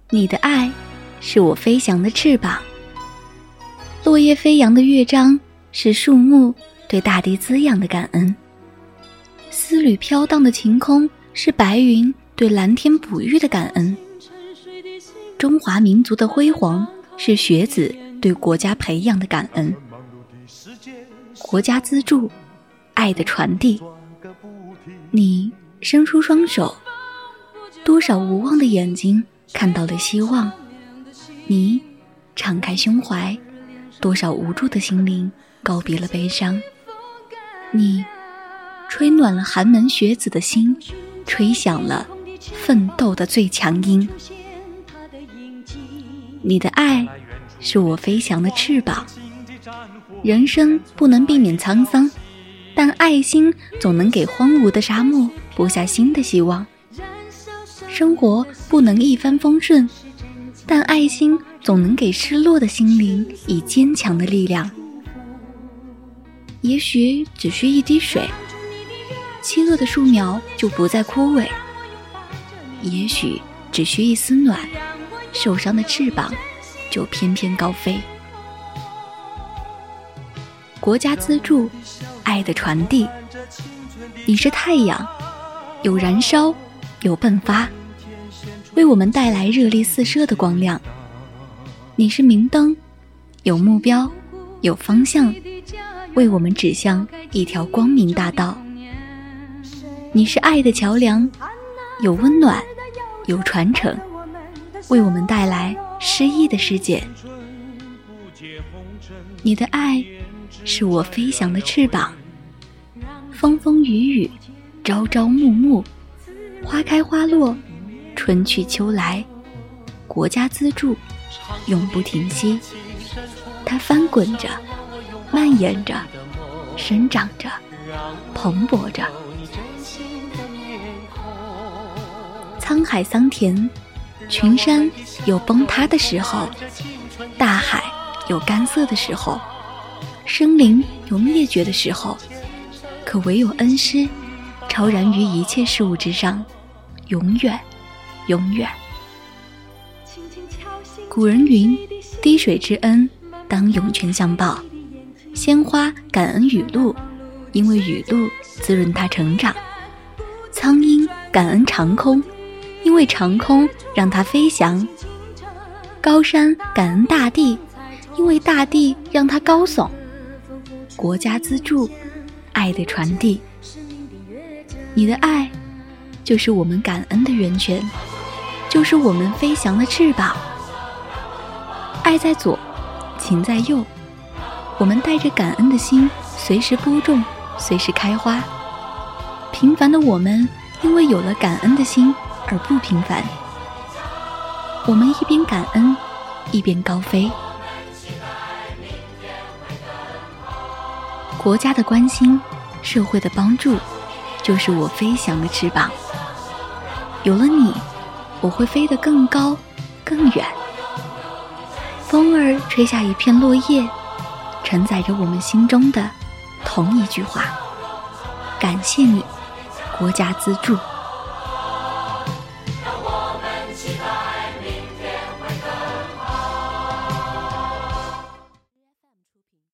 你的爱是我飞翔的翅膀。落叶飞扬的乐章是树木对大地滋养的感恩，丝缕飘荡的晴空是白云对蓝天哺育的感恩。中华民族的辉煌是学子对国家培养的感恩。国家资助，爱的传递。你伸出双手，多少无望的眼睛看到了希望。你敞开胸怀，多少无助的心灵告别了悲伤。你吹暖了寒门学子的心，吹响了奋斗的最强音。你的爱是我飞翔的翅膀。人生不能避免沧桑，但爱心总能给荒芜的沙漠播下新的希望。生活不能一帆风顺，但爱心总能给失落的心灵以坚强的力量。也许只需一滴水，饥饿的树苗就不再枯萎；也许只需一丝暖，受伤的翅膀就翩翩高飞。国家资助，爱的传递。你是太阳，有燃烧，有迸发，为我们带来热力四射的光亮。你是明灯，有目标，有方向，为我们指向一条光明大道。你是爱的桥梁，有温暖，有传承，为我们带来诗意的世界。你的爱是我飞翔的翅膀，风风雨雨，朝朝暮暮，花开花落，春去秋来，国家资助，永不停息。它翻滚着，蔓延着，生长着，蓬勃着。沧海桑田，群山有崩塌的时候，大海有干涩的时候，生灵有灭绝的时候，可唯有恩师超然于一切事物之上，永远永远。古人云，滴水之恩当涌泉相报。鲜花感恩雨露，因为雨露滋润它成长。苍鹰感恩长空，因为长空让它飞翔。高山感恩大地，因为大地让它高耸。国家资助，爱的传递。你的爱就是我们感恩的源泉，就是我们飞翔的翅膀。爱在左，情在右，我们带着感恩的心，随时播种，随时开花。平凡的我们因为有了感恩的心而不平凡，我们一边感恩一边高飞。国家的关心，社会的帮助，就是我飞翔的翅膀。有了你，我会飞得更高更远。风儿吹下一片落叶，承载着我们心中的同一句话：感谢你，国家资助。